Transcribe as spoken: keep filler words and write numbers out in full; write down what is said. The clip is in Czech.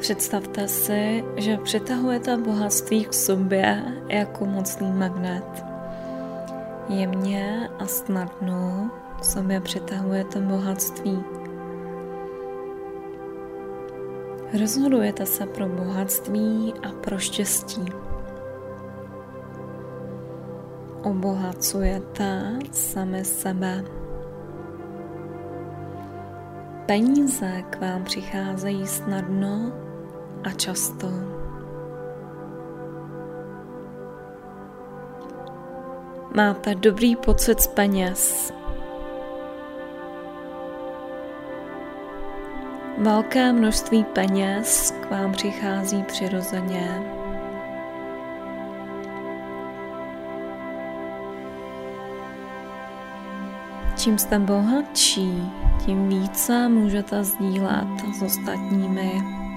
Představte si, že přitahujete bohatství k sobě jako mocný magnet. Jemně a snadno k sobě přitahujete bohatství. Rozhodujete se pro bohatství a pro štěstí. Obohacujete sami sebe. Peníze k vám přicházejí snadno a často. Máte dobrý pocit z peněz. Velké množství peněz k vám přichází přirozeně. Čím jste bohatší, tím více můžete sdílet s ostatními.